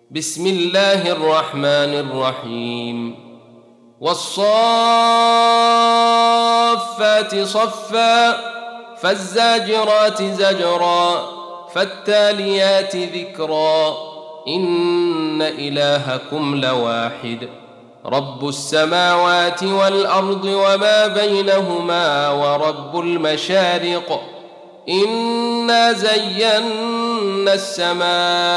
بسم الله الرحمن الرحيم والصافات صفا فالزاجرات زجرا فالتاليات ذكرا إن إلهكم لواحد رب السماوات والأرض وما بينهما ورب المشارق إنا زينا السماء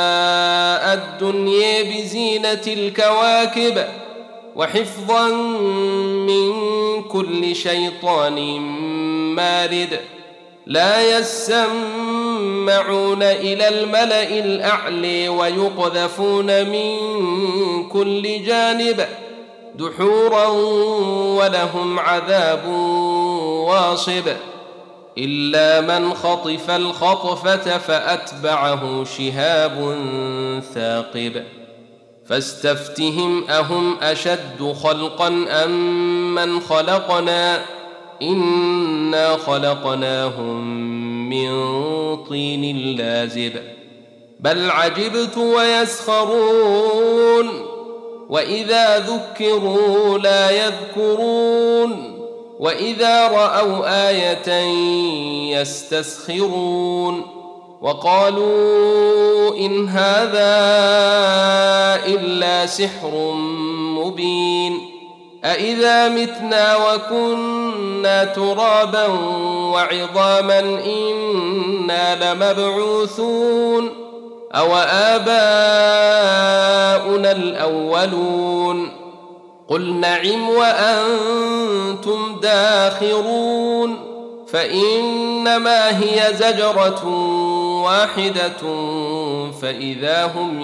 الدنيا بزينة الكواكب وحفظا من كل شيطان مارد لا يسمعون إلى الملأ الأعلى ويقذفون من كل جانب دحورا ولهم عذاب واصب إلا من خطف الخطفة فأتبعه شهاب ثاقب فاستفتهم أهم أشد خلقا أم من خلقنا إنا خلقناهم من طين لازب بل عجبت ويسخرون وإذا ذكروا لا يذكرون وإذا رأوا آية يستسخرون وقالوا إن هذا إلا سحر مبين أإذا متنا وكنا ترابا وعظاما إنا لمبعوثون أو آباؤنا الأولون قل نعم وأنتم داخرون فإنما هي زجرة واحدة فإذا هم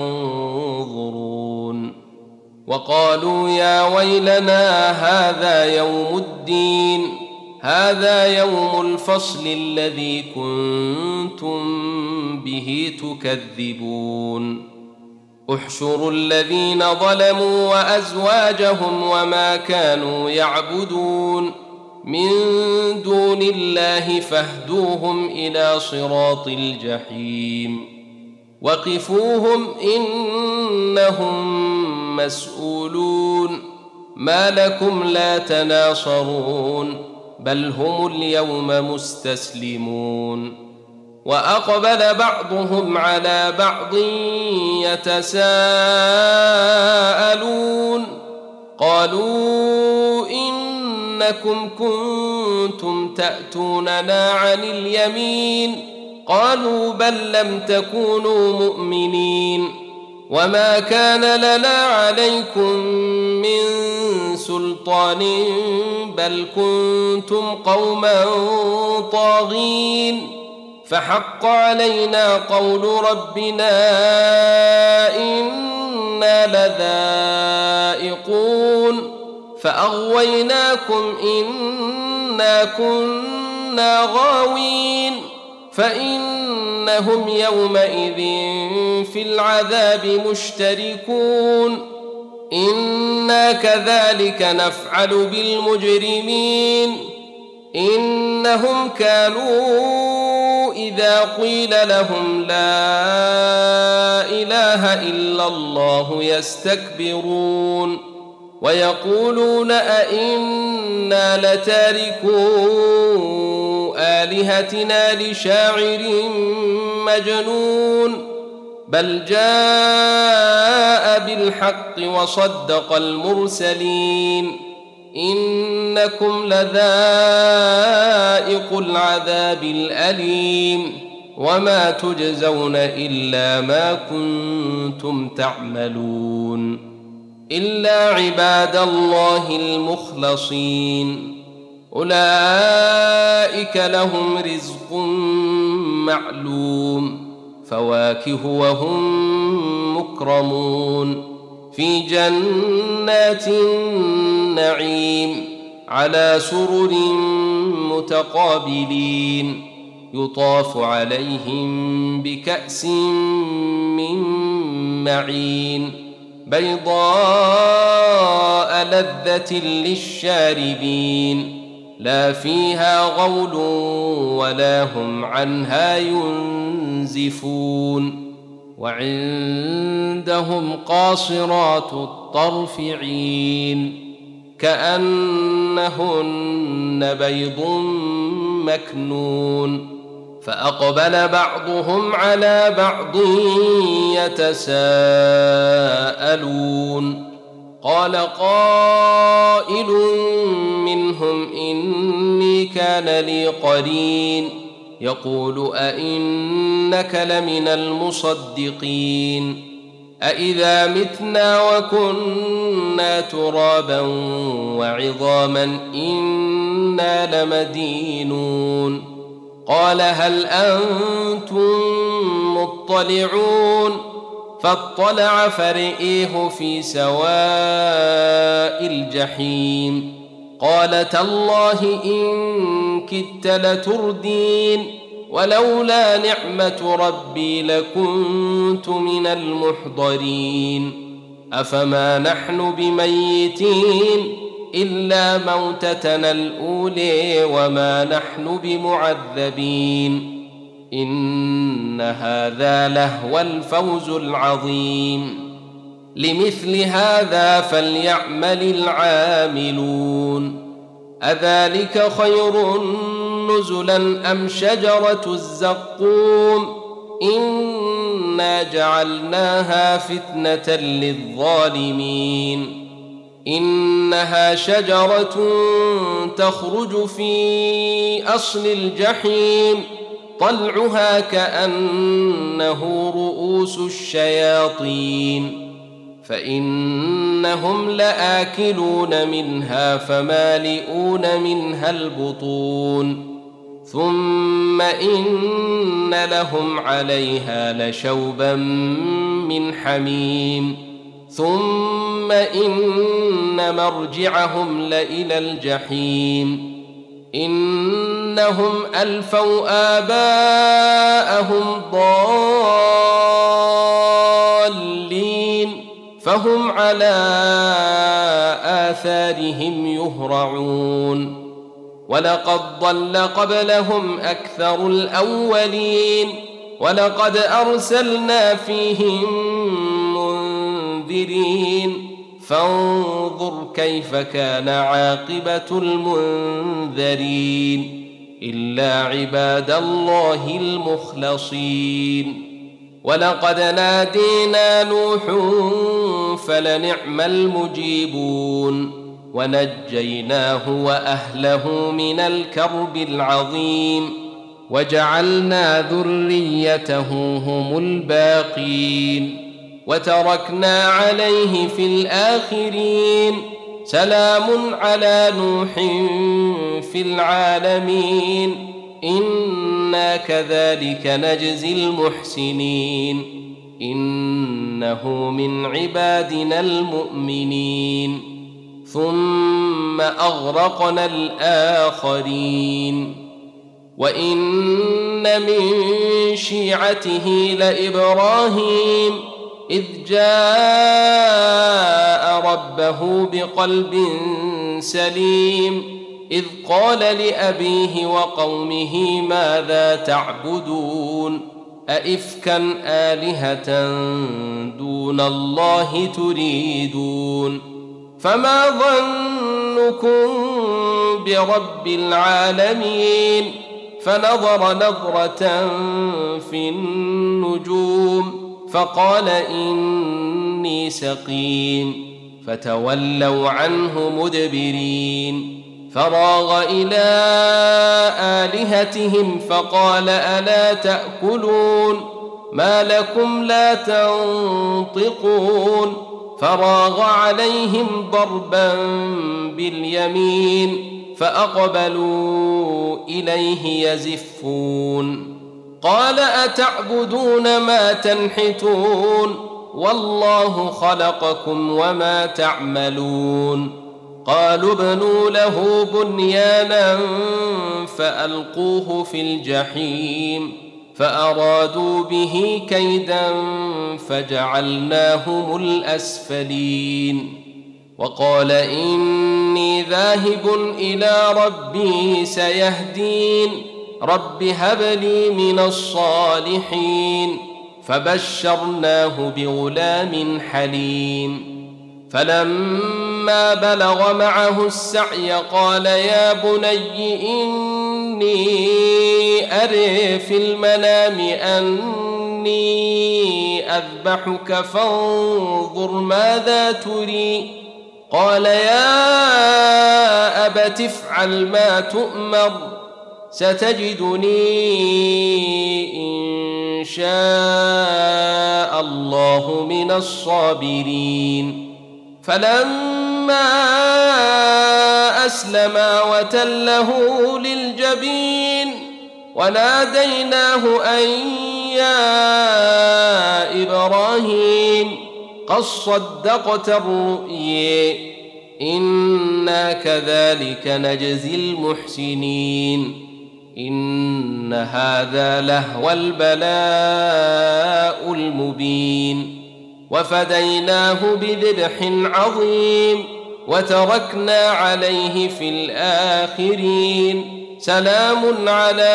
ينظرون وقالوا يا ويلنا هذا يوم الدين هذا يوم الفصل الذي كنتم به تكذبون احشروا الذين ظلموا وأزواجهم وما كانوا يعبدون من دون الله فاهدوهم إلى صراط الجحيم وقفوهم إنهم مسؤولون ما لكم لا تناصرون بل هم اليوم مستسلمون وأقبل بعضهم على بعض يتساءلون قالوا إنكم كنتم تأتوننا عن اليمين قالوا بل لم تكونوا مؤمنين وما كان لنا عليكم من سلطان بل كنتم قوما طاغين فحق علينا قول ربنا إنا لذائقون فأغويناكم إنا كنا غاوين فإنهم يومئذ في العذاب مشتركون إنا كذلك نفعل بالمجرمين إنهم كانوا إذا قيل لهم لا إله إلا الله يستكبرون ويقولون أئنا لتاركو آلهتنا لشاعر مجنون بل جاء بالحق وصدق المرسلين إنكم لذائق العذاب الأليم وما تجزون إلا ما كنتم تعملون إلا عباد الله المخلصين أولئك لهم رزق معلوم فواكه وهم مكرمون في جنات النعيم على سرر متقابلين يطاف عليهم بكأس من معين بيضاء لذة للشاربين لا فيها غول ولا هم عنها ينزفون وعندهم قاصرات الطرف عين كأنهن بيض مكنون فأقبل بعضهم على بعض يتساءلون قال قائل منهم إني كان لي قرين يقول أئنك لمن المصدقين أإذا متنا وكنا ترابا وعظاما إنا لمدينون قال هل أنتم مطلعون فاطلع فرئيه في سواء الجحيم قال تالله إن كدت لتردين ولولا نعمة ربي لكنت من المحضرين أفما نحن بميتين إلا موتتنا الأولى وما نحن بمعذبين إن هذا لهو الفوز العظيم لمثل هذا فليعمل العاملون أذلك خير نزلا أم شجرة الزقوم إنا جعلناها فتنة للظالمين إنها شجرة تخرج في أصل الجحيم طلعها كأنه رؤوس الشياطين فإنهم لآكلون منها فمالئون منها البطون ثم إن لهم عليها لشوبا من حميم ثم إن مرجعهم لإلى الجحيم إنهم ألفوا آباءهم ضالين فهم على آثارهم يهرعون ولقد ضل قبلهم أكثر الأولين ولقد أرسلنا فيهم منذرين فانظر كيف كان عاقبة المنذرين إلا عباد الله المخلصين ولقد نادينا نوح فلنعم المجيبون ونجيناه وأهله من الكرب العظيم وجعلنا ذريته هم الباقين وتركنا عليه في الآخرين سلام على نوح في العالمين إنا كذلك نجزي المحسنين إنه من عبادنا المؤمنين ثم أغرقنا الآخرين وإن من شيعته لإبراهيم إذ جاء ربه بقلب سليم إذ قال لأبيه وقومه ماذا تعبدون أئفكا آلهة دون الله تريدون فما ظنكم برب العالمين فنظر نظرة في النجوم فقال إني سقيم فتولوا عنه مدبرين فراغ إلى آلهتهم فقال ألا تأكلون ما لكم لا تنطقون فراغ عليهم ضربا باليمين فأقبلوا إليه يزفون قال أتعبدون ما تنحتون والله خلقكم وما تعملون قالوا ابنوا له بنيانا فألقوه في الجحيم فأرادوا به كيدا فجعلناهم الأسفلين وقال إني ذاهب إلى ربي سيهدين رب هب لي من الصالحين فبشرناه بغلام حليم فلما بلغ معه السعي قال يا بني إني أرى في المنام أني أذبحك فانظر ماذا تري قال يا أبت افعل ما تؤمر ستجدني إن شاء الله من الصابرين فلما أسلما وتله للجبين وناديناه أن يا إبراهيم قد صدقت الرؤيا إنا كذلك نجزي المحسنين إن هذا لهو البلاء المبين وفديناه بذبح عظيم وتركنا عليه في الآخرين سلام على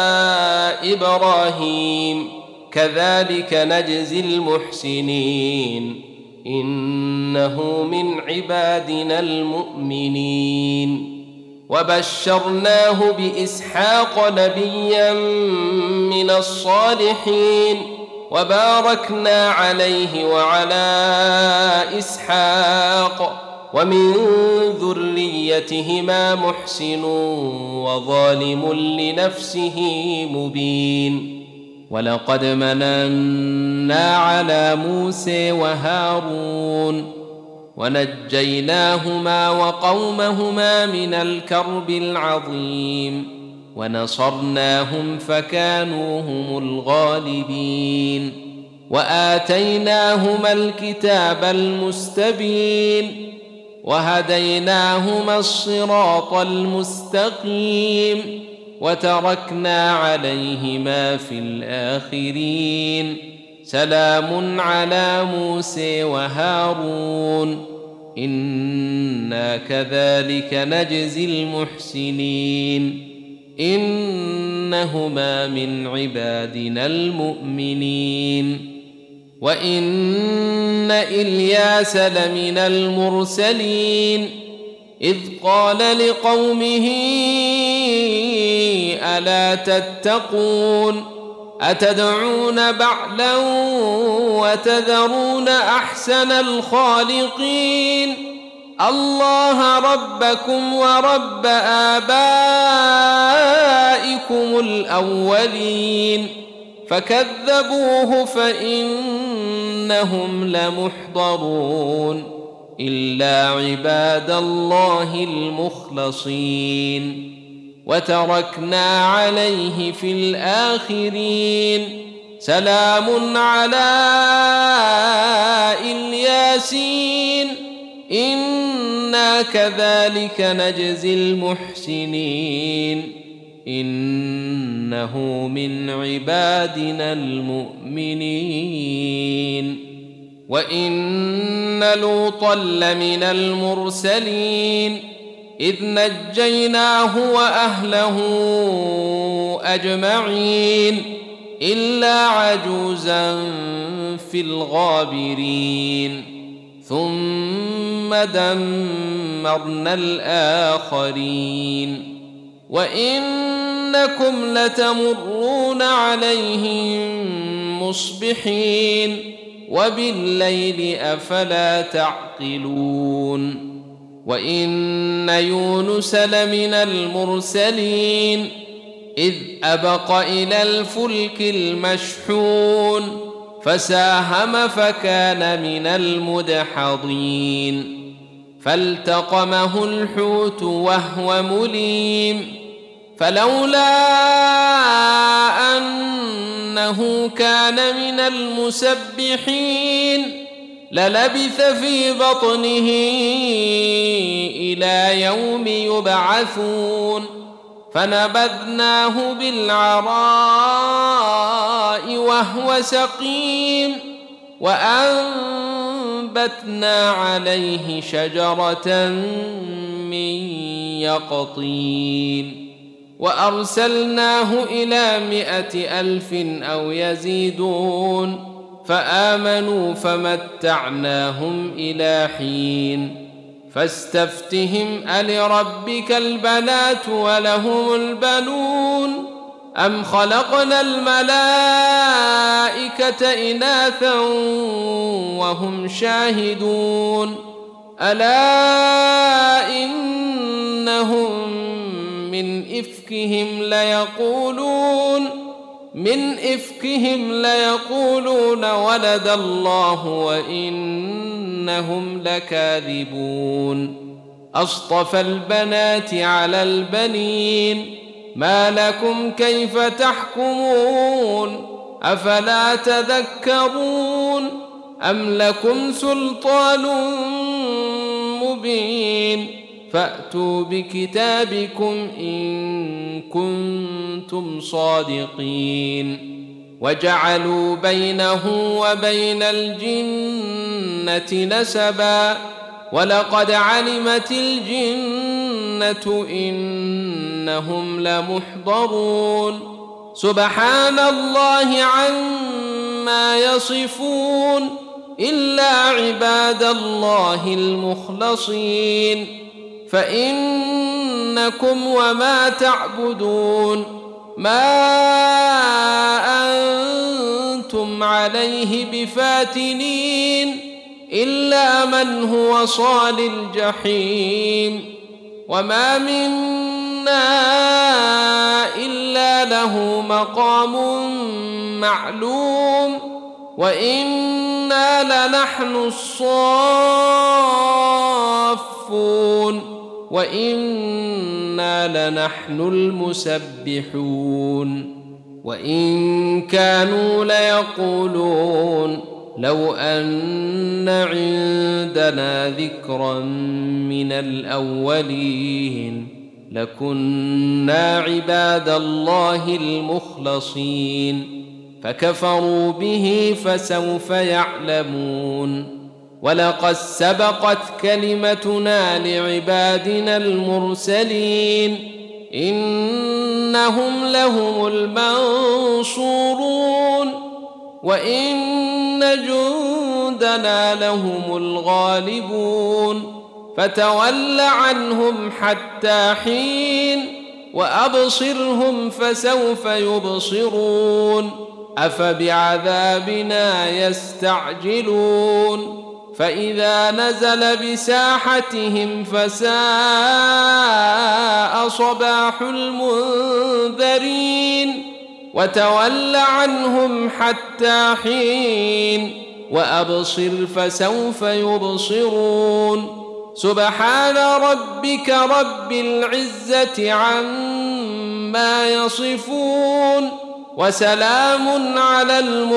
إبراهيم كذلك نجزي المحسنين إنه من عبادنا المؤمنين وبشرناه بإسحاق نبيا من الصالحين وباركنا عليه وعلى إسحاق ومن ذريتهما محسن وظالم لنفسه مبين ولقد مننا على موسى وهارون ونجيناهما وقومهما من الكرب العظيم ونصرناهم فكانوا هم الغالبين وآتيناهما الكتاب المستبين وهديناهما الصراط المستقيم وتركنا عليهما في الآخرين سلام على موسى وهارون إنا كذلك نجزي المحسنين إنهما من عبادنا المؤمنين وإن إلياس لمن المرسلين إذ قال لقومه ألا تتقون أتدعون بعلا وتذرون أحسن الخالقين الله ربكم ورب آبائكم الأولين فكذبوه فإنهم لمحضرون إلا عباد الله المخلصين وتركنا عليه في الآخرين سلام على الياسين إنا كذلك نجزي المحسنين إنه من عبادنا المؤمنين وإن لوطا لمن المرسلين إذ نجيناه وأهله أجمعين إلا عجوزا في الغابرين ثم دمرنا الآخرين وإنكم لتمرون عليهم مصبحين وبالليل أفلا تعقلون وإن يونس لمن المرسلين إذ أبق إلى الفلك المشحون فساهم فكان من المدحضين فالتقمه الحوت وهو مليم فلولا أنه كان من المسبحين للبث في بطنه إلى يوم يبعثون فنبذناه بالعراء وهو سقيم وأنبتنا عليه شجرة من يقطين وأرسلناه إلى 100,000 أو يزيدون فآمنوا فمتعناهم إلى حين فاستفتهم ألربك البنات ولهم البنون أم خلقنا الملائكة إناثا وهم شاهدون ألا إنهم من إفكهم ليقولون ولد الله وإنهم لكاذبون أصطفى البنات على البنين ما لكم كيف تحكمون أفلا تذكرون أم لكم سلطان مبين فأتوا بكتابكم إن كنتم صادقين وجعلوا بينه وبين الجنة نسبا ولقد علمت الجنة إنهم لمحضرون سبحان الله عما يصفون إلا عباد الله المخلصين فإنكم وما تعبدون ما أنتم عليه بفاتنين إلا من هو صال الجحيم وما منا إلا له مقام معلوم وإنا لنحن الصافون وإنا لنحن المسبحون وإن كانوا ليقولون لو أن عندنا ذكرا من الأولين لكنا عباد الله المخلصين فكفروا به فسوف يعلمون ولقد سبقت كلمتنا لعبادنا المرسلين إنهم لهم المنصورون وإن جندنا لهم الغالبون فتول عنهم حتى حين وأبصرهم فسوف يبصرون أفبعذابنا يستعجلون فإذا نزل بساحتهم فساء صباح المنذرين وتول عنهم حتى حين وأبصر فسوف يبصرون سبحان ربك رب العزة عما يصفون وسلام على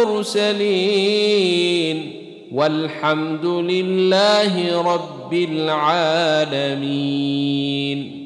المرسلين والحمد لله رب العالمين.